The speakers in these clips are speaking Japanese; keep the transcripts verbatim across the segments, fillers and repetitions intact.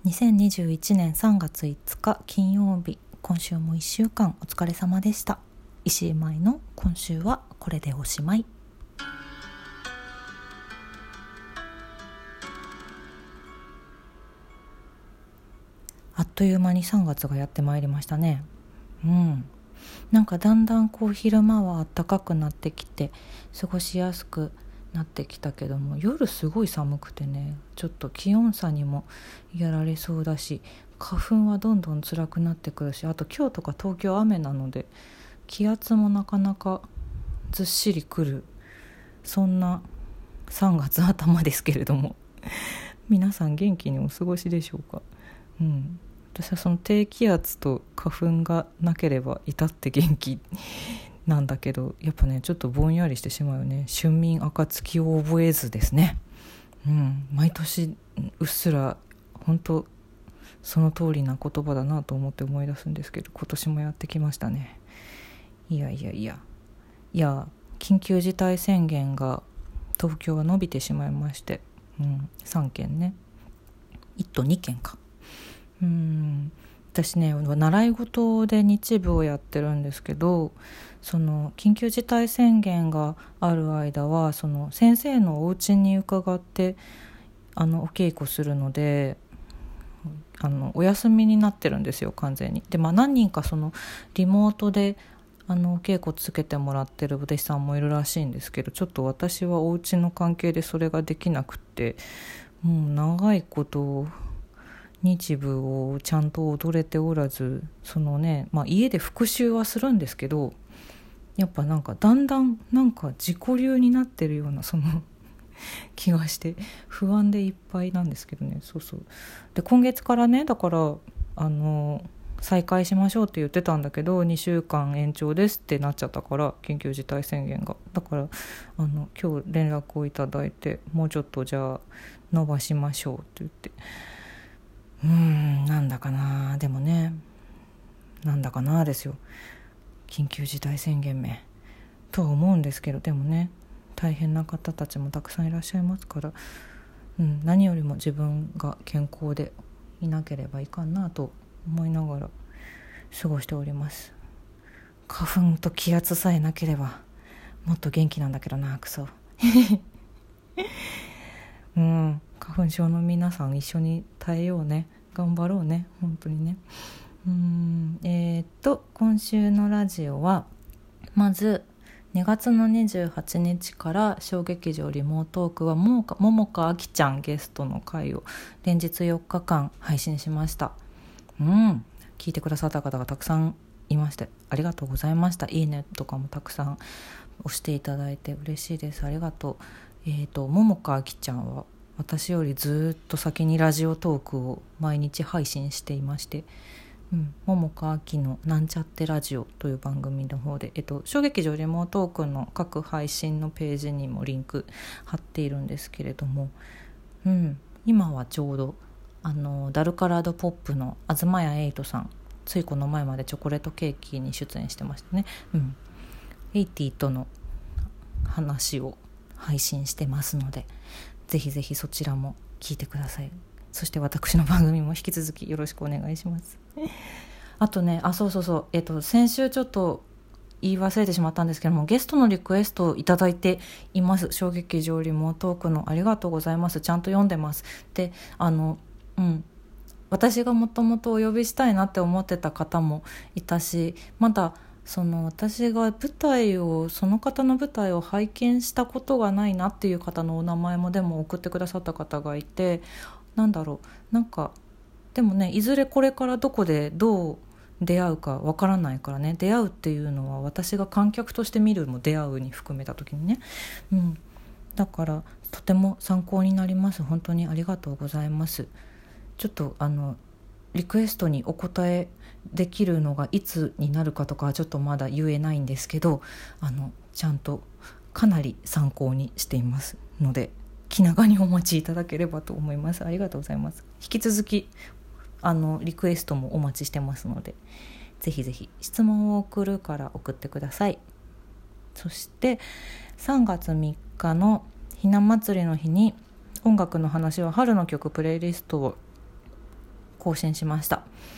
にせんにじゅういちねんさんがついつか金曜日、今週もいっしゅうかんお疲れ様でした。石井舞の今週はこれでおしまい。あっという間にさんがつがやってまいりましたね。うんなんかだんだんこう昼間は暖かくなってきて過ごしやすくなってきたけども、夜すごい寒くてね、ちょっと気温差にもやられそうだし、花粉はどんどん辛くなってくるし、あと今日とか東京雨なので気圧もなかなかずっしりくる、そんなさんがつ頭ですけれども皆さん元気にお過ごしでしょうか。うん私はその低気圧と花粉がなければ至って元気なんだけど、やっぱねちょっとぼんやりしてしまうよね。春眠暁を覚えずですね。うん毎年うっすら本当その通りな言葉だなと思って思い出すんですけど、今年もやってきましたね。いやいやいやいや緊急事態宣言が東京は伸びてしまいまして、うん、さんけんね、いっ都にけんか。うん私ね習い事で日舞をやってるんですけど、その緊急事態宣言がある間はその先生のお家に伺ってあのお稽古するので、あのお休みになってるんですよ完全に。で、まあ、何人かそのリモートであのお稽古つけてもらってるお弟子さんもいるらしいんですけど、ちょっと私はお家の関係でそれができなくって、もう長いこと日舞をちゃんと踊れておらず、そのね、まあ、家で復習はするんですけど、やっぱなんかだんだんなんか自己流になってるようなその気がして不安でいっぱいなんですけどね。そうそうで今月からね、だからあの再開しましょうって言ってたんだけど、にしゅうかん延長ですってなっちゃったから、緊急事態宣言が。だからあの今日連絡をいただいて、もうちょっとじゃあ伸ばしましょうって言って、うーんなんだかな、でもねなんだかなですよ、緊急事態宣言名とは思うんですけど、でもね大変な方たちもたくさんいらっしゃいますから、うん、何よりも自分が健康でいなければいかんなと思いながら過ごしております。花粉と気圧さえなければもっと元気なんだけどな、クソうん花粉症の皆さん一緒に耐えようね、頑張ろうね、本当にね。うーんえー、っと今週のラジオはまずにがつのにじゅうはちにちから小劇場リモートークはももかあきちゃんゲストの回を連日よっかかん配信しました。うん聞いてくださった方がたくさんいましてありがとうございました。いいねとかもたくさん押していただいて嬉しいです。ありがとう。えー、っとももかあきちゃんは私よりずっと先にラジオトークを毎日配信していまして、うん、桃佳明のなんちゃってラジオという番組の方で、えっと、小劇場リモートークの各配信のページにもリンク貼っているんですけれども、うん、今はちょうどあのダルカラードポップの東谷エイトさん、ついこの前までチョコレートケーキに出演してましたね、うん、エイティとの話を配信してますので、ぜひぜひそちらも聞いてください。そして私の番組も引き続きよろしくお願いしますあとね、あそうそうそう、えっと先週ちょっと言い忘れてしまったんですけども、ゲストのリクエストをいただいています。小劇場リモートークのありがとうございます。ちゃんと読んでます。であのうん私がもともとお呼びしたいなって思ってた方もいたし、まだその私が舞台をその方の舞台を拝見したことがないなっていう方のお名前もでも送ってくださった方がいて、なんだろうなんかでもね、いずれこれからどこでどう出会うかわからないからね、出会うっていうのは私が観客として見るも出会うに含めた時にね、うん、だからとても参考になります。本当にありがとうございます。ちょっとあのリクエストにお答えできるのがいつになるかとかはちょっとまだ言えないんですけど、あのちゃんとかなり参考にしていますので、気長にお待ちいただければと思います。ありがとうございます。引き続きあのリクエストもお待ちしてますので、ぜひぜひ質問を送るから送ってください。そしてさんがつみっかのひな祭りの日に音楽の話は春の曲プレイリストを更新しました。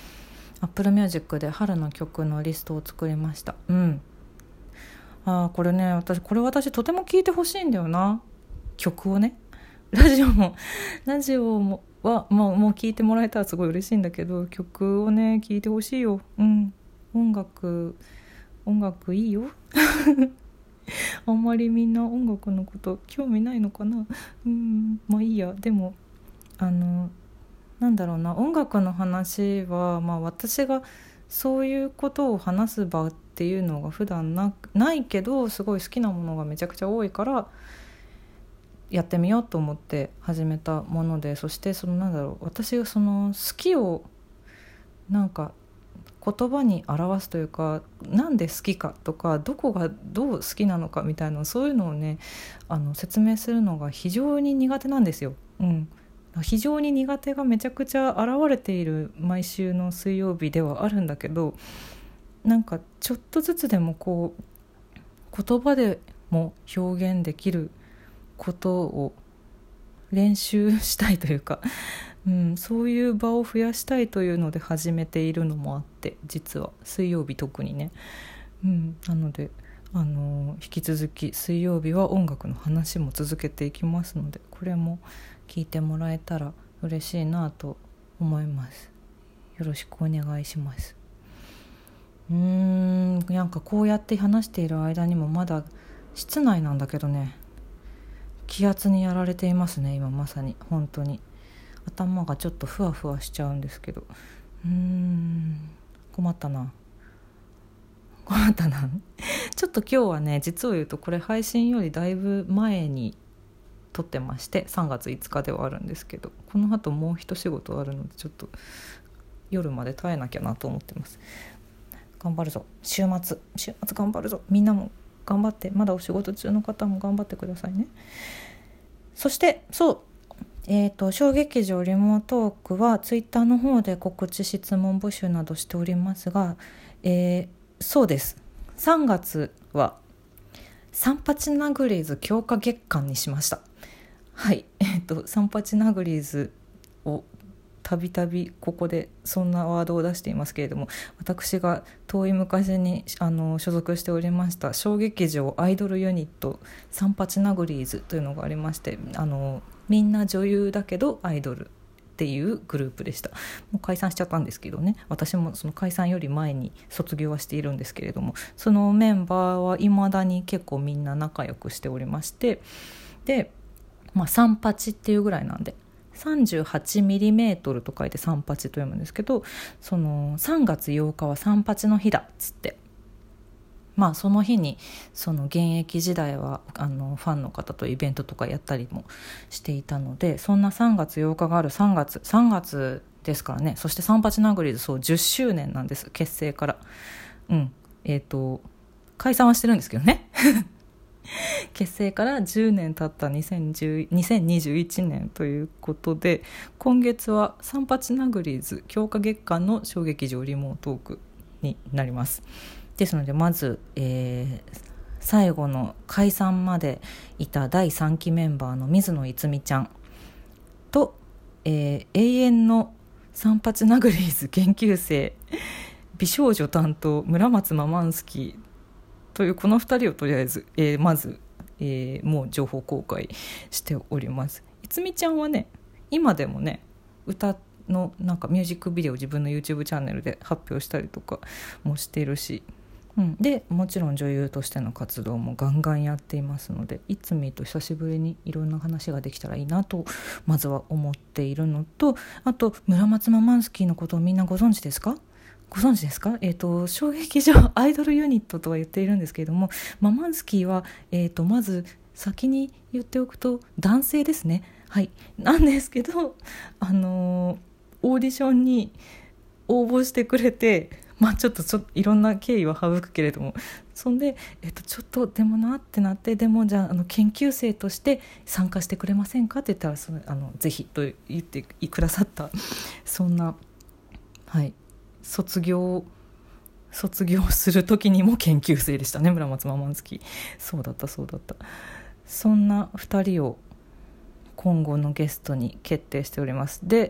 Apple Music で春の曲のリストを作りました。うんあこれね私これ私とても聴いてほしいんだよな、曲をね。ラジオもラジオもはもう、もう聴いてもらえたらすごい嬉しいんだけど、曲をね聴いてほしいよ。うん音楽音楽いいよあんまりみんな音楽のこと興味ないのかな。うんまあいいや。でもあのなんだろうな、音楽の話は、まあ、私がそういうことを話す場っていうのが普段 な, ないけどすごい好きなものがめちゃくちゃ多いからやってみようと思って始めたもので、そしてそのなんだろう私がその好きをなんか言葉に表すというか、なんで好きかとかどこがどう好きなのかみたいな、そういうのをねあの説明するのが非常に苦手なんですよ。うん非常に苦手がめちゃくちゃ現れている毎週の水曜日ではあるんだけど、なんかちょっとずつでもこう言葉でも表現できることを練習したいというか、うん、そういう場を増やしたいというので始めているのもあって、実は水曜日特にね、うん、なのであの引き続き水曜日は音楽の話も続けていきますので、これも聞いてもらえたら嬉しいなと思います。よろしくお願いします。うーんなんかこうやって話している間にもまだ室内なんだけどね、気圧にやられていますね今まさに。本当に頭がちょっとふわふわしちゃうんですけど、うーん困ったな困ったなちょっと今日はね実を言うとこれ配信よりだいぶ前に撮ってまして、さんがついつかではあるんですけど、この後もう一仕事あるのでちょっと夜まで耐えなきゃなと思ってます。頑張るぞ週末週末頑張るぞ。みんなも頑張って、まだお仕事中の方も頑張ってくださいね。そしてそうえーと小劇場リモートークはツイッターの方で告知質問募集などしておりますが、えー、そうですさんがつはサンパチナグリーズ強化月間にしました。はい、えーとサンパチナグリーズをたびたびここでそんなワードを出していますけれども、私が遠い昔にあの所属しておりました小劇場アイドルユニットサンパチナグリーズというのがありまして、あのみんな女優だけどアイドルっていうグループでした。もう解散しちゃったんですけどね、私もその解散より前に卒業はしているんですけれども、そのメンバーは未だに結構みんな仲良くしておりまして、で、まあ、サンパチっていうぐらいなんで さんじゅうはちミリメートル と書いてサンパチと読むんですけど、そのさんがつようかはサンパチの日だっつって、まあその日にその現役時代はあのファンの方とイベントとかやったりもしていたので、そんなさんがつようかがある3月3月ですからね。そしてサンパチナグリーズそうじゅっしゅうねんなんです、結成から。うんえっと解散はしてるんですけどね結成からじゅうねん経ったにせんにじゅういちねんということで、今月はサンパチナグリーズ強化月間の小劇場リモートークになります。ですのでまず、えー、最後の解散までいただいさんきメンバーの水野いつみちゃんと、えー、永遠のサンパチナグリーズ研究生美少女担当村松ママンスキーというこのふたりをとりあえず、えー、まず、えー、もう情報公開しております。いつみちゃんはね今でもね歌のなんかミュージックビデオを自分の YouTube チャンネルで発表したりとかもしているし、うん、でもちろん女優としての活動もガンガンやっていますので、いつみと久しぶりにいろんな話ができたらいいなとまずは思っているのと、あと村松ママンスキーのことをみんなご存知ですかご存知ですか。えーと小劇場アイドルユニットとは言っているんですけれども、ママンスキーは、えーとまず先に言っておくと男性ですね。はいなんですけど、あのー、オーディションに応募してくれて、まあちょっとちょいろんな経緯は省くけれども、そんで、えっと、ちょっとでもなってなって、でもじゃあ、あの研究生として参加してくれませんかって言ったら、そのあのぜひと言ってくださった、そんな、はい卒業卒業する時にも研究生でしたね、村松ママンスキー。そうだったそうだった。そんなふたりを今後のゲストに決定しております。で、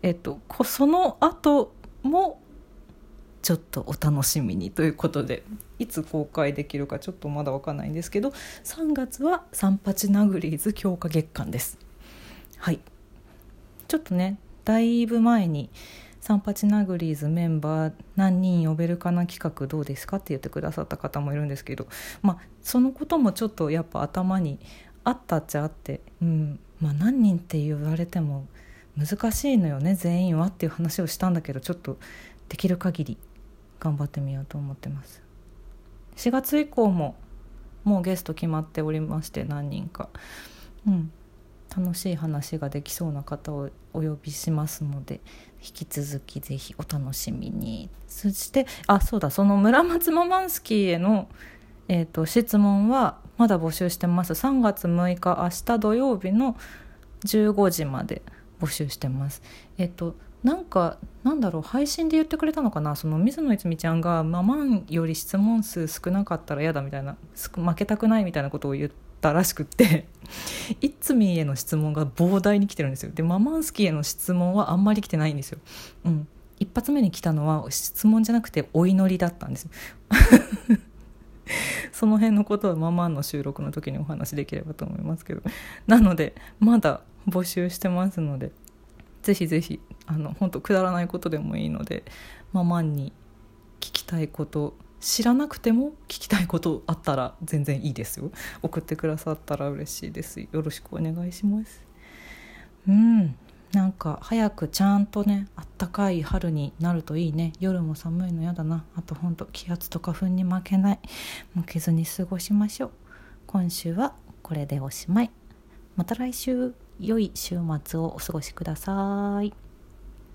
えっと、その後もちょっとお楽しみにということで、いつ公開できるかちょっとまだ分かんないんですけど、さんがつはサンパチナグリーズ強化月間です。はい、ちょっとねだいぶ前にサンパチナグリーズメンバー何人呼べるかな企画どうですかって言ってくださった方もいるんですけど、まあそのこともちょっとやっぱ頭にあったっちゃあって、うんまあ、何人って言われても難しいのよね全員はっていう話をしたんだけど、ちょっとできる限り頑張ってみようと思ってます。しがつ以降ももうゲスト決まっておりまして、何人か、うん、楽しい話ができそうな方をお呼びしますので、引き続きぜひお楽しみに。そしてあそうだその村松ママンスキーへの、えーと、質問はまだ募集してます。さんがつむいか明日土曜日のじゅうごじまで募集してます。えっ、ー、となんかなんだろう配信で言ってくれたのかな、その水野いつみちゃんがママンより質問数少なかったら嫌だみたいな、負けたくないみたいなことを言ったらしくっていつみへの質問が膨大に来てるんですよ。でママンスキーへの質問はあんまり来てないんですよ、うん、一発目に来たのは質問じゃなくてお祈りだったんですよその辺のことはママンの収録の時にお話できればと思いますけど、なのでまだ募集してますので、ぜひぜひあの本当くだらないことでもいいので、ママンに聞きたいこと、知らなくても聞きたいことあったら全然いいですよ。送ってくださったら嬉しいです。よろしくお願いします。うんなんか早くちゃんとねあったかい春になるといいね。夜も寒いのやだな。あと本当気圧と花粉に負けない負けずに過ごしましょう。今週はこれでおしまい。また来週良い週末をお過ごしください。